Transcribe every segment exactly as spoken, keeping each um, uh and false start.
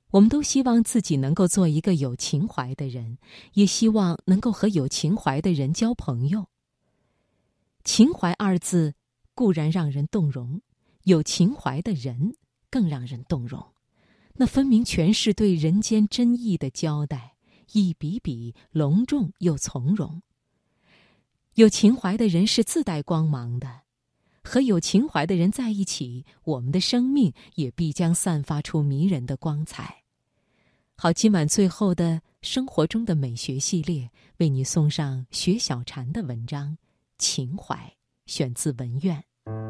我们都希望自己能够做一个有情怀的人，也希望能够和有情怀的人交朋友。情怀二字固然让人动容，有情怀的人更让人动容，那分明全是对人间真意的交代，一笔笔隆重又从容。有情怀的人是自带光芒的，和有情怀的人在一起，我们的生命也必将散发出迷人的光彩。好，今晚最后的生活中的美学系列，为你送上薛小禅的文章《情怀》，选自文苑。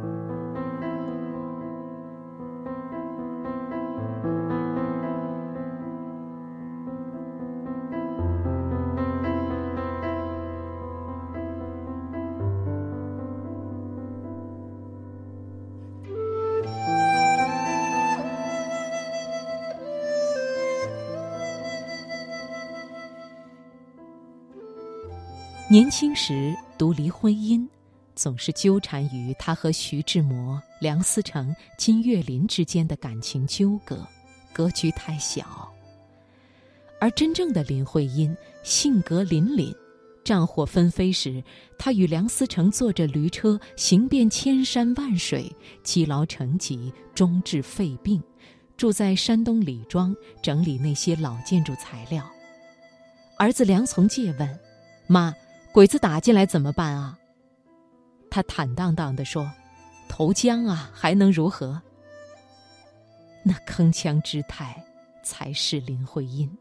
年轻时读林徽因，总是纠缠于她和徐志摩、梁思成、金岳霖之间的感情纠葛，格局太小。而真正的林徽因性格凛凛，战火纷飞时，她与梁思成坐着驴车行遍千山万水，积劳成疾，终至肺病，住在山东李庄，整理那些老建筑材料。儿子梁从诫问：“妈，鬼子打进来怎么办啊？”他坦荡荡地说：“投江啊，还能如何？”那铿锵之态才是林徽因。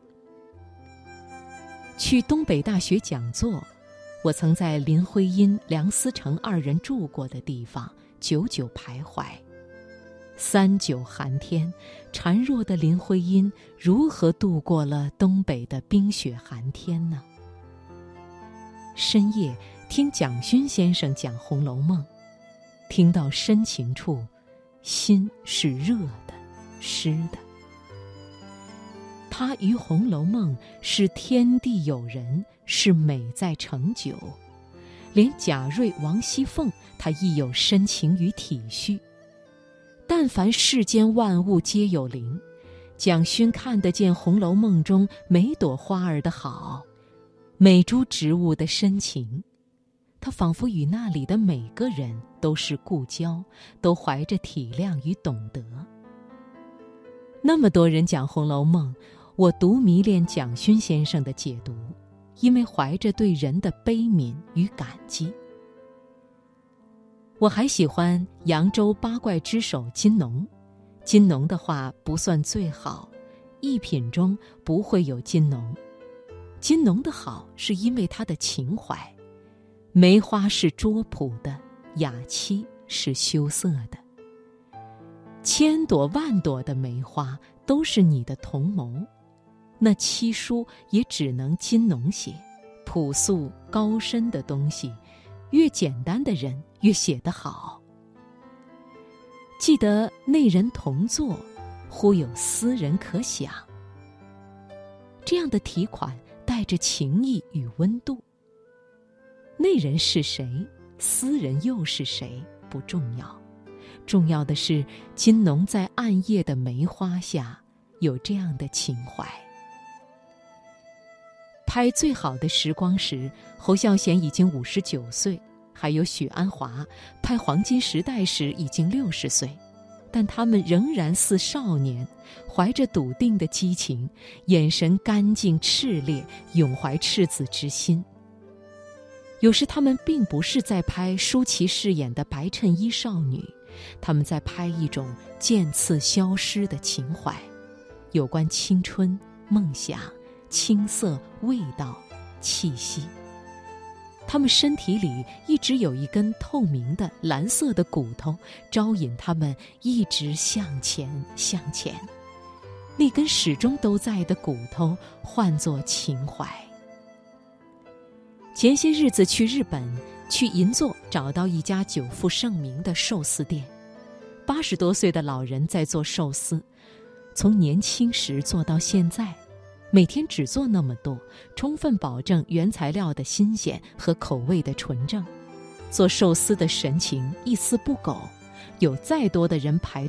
去东北大学讲座，我曾在林徽因、梁思成二人住过的地方久久徘徊。三九寒天，孱弱的林徽因如何度过了东北的冰雪寒天呢？深夜听蒋勋先生讲《红楼梦》，听到深情处，心是热的、湿的。他于《红楼梦》是天地有人，是美在成就，连贾瑞、王熙凤，他亦有深情与体恤。但凡世间万物皆有灵，蒋勋看得见《红楼梦》中每朵花儿的好，每株植物的深情。他仿佛与那里的每个人都是故交，都怀着体谅与懂得。那么多人讲《红楼梦》，我独迷恋蒋勋先生的解读，因为怀着对人的悲悯与感激。我还喜欢扬州八怪之首金农，金农的画不算最好，一品中不会有金农。金农的好是因为他的情怀，梅花是拙朴的，雅妻是羞涩的。千朵万朵的梅花都是你的同谋，那七书也只能金农写。朴素高深的东西，越简单的人越写得好。记得内人同坐，忽有斯人可想。这样的题款带着情意与温度。内人是谁，斯人又是谁，不重要，重要的是金农在暗夜的梅花下有这样的情怀。拍《最好的时光》时，侯孝贤已经五十九岁，还有许鞍华拍《黄金时代》时已经六十岁，但他们仍然似少年，怀着笃定的激情，眼神干净炽烈，永怀赤子之心。有时他们并不是在拍舒淇饰演的白衬衣少女，他们在拍一种渐次消失的情怀，有关青春、梦想、青涩、味道、气息。他们身体里一直有一根透明的蓝色的骨头，招引他们一直向前向前。那根始终都在的骨头唤作情怀。前些日子去日本，去银座找到一家久负盛名的寿司店，八十多岁的老人在做寿司，从年轻时做到现在，每天只做那么多，充分保证原材料的新鲜和口味的纯正。做寿司的神情一丝不苟，有再多的人排队，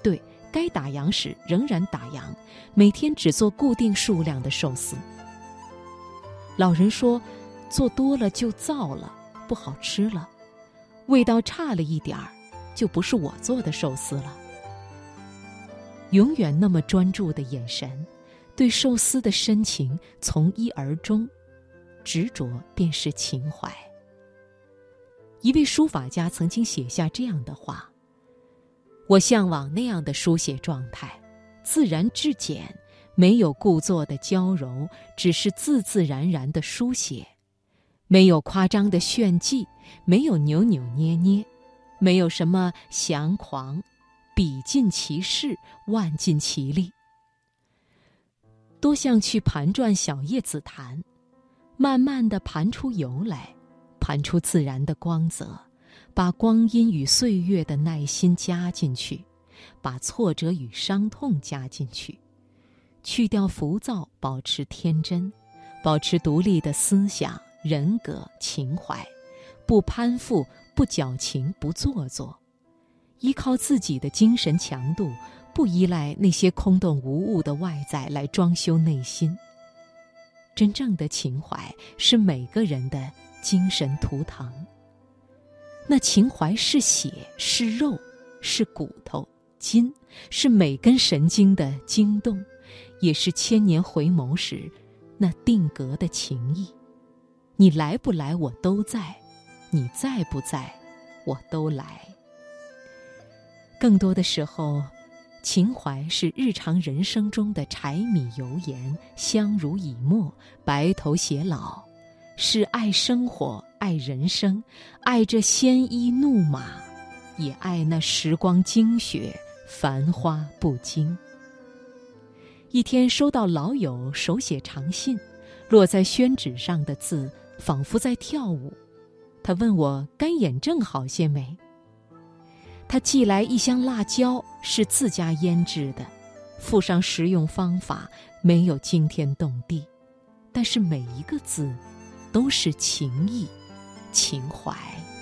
该打烊时仍然打烊，每天只做固定数量的寿司。老人说，做多了就燥了，不好吃了，味道差了一点儿，就不是我做的寿司了。永远那么专注的眼神，对寿司的深情从一而终，执着便是情怀。一位书法家曾经写下这样的话：我向往那样的书写状态，自然至简，没有故作的娇柔，只是自自然然的书写，没有夸张的炫技，没有扭扭捏捏，没有什么详狂，笔尽其事，万尽其力。多像去盘转小叶紫檀，慢慢地盘出油来，盘出自然的光泽，把光阴与岁月的耐心加进去，把挫折与伤痛加进去，去掉浮躁，保持天真，保持独立的思想、人格、情怀，不攀附，不矫情，不做作，依靠自己的精神强度，不依赖那些空洞无物的外在来装修内心。真正的情怀是每个人的精神图腾。那情怀是血，是肉，是骨头、筋，是每根神经的惊动，也是千年回眸时那定格的情谊。你来不来我都在，你在不在我都来。更多的时候，情怀是日常人生中的柴米油盐，相濡以沫，白头偕老，是爱生活，爱人生，爱这鲜衣怒马，也爱那时光惊雪，繁花不惊。一天收到老友手写长信，落在宣纸上的字仿佛在跳舞。他问我干眼症好些没？他寄来一箱辣椒，是自家腌制的，附上食用方法，没有惊天动地，但是每一个字都是情意、情怀。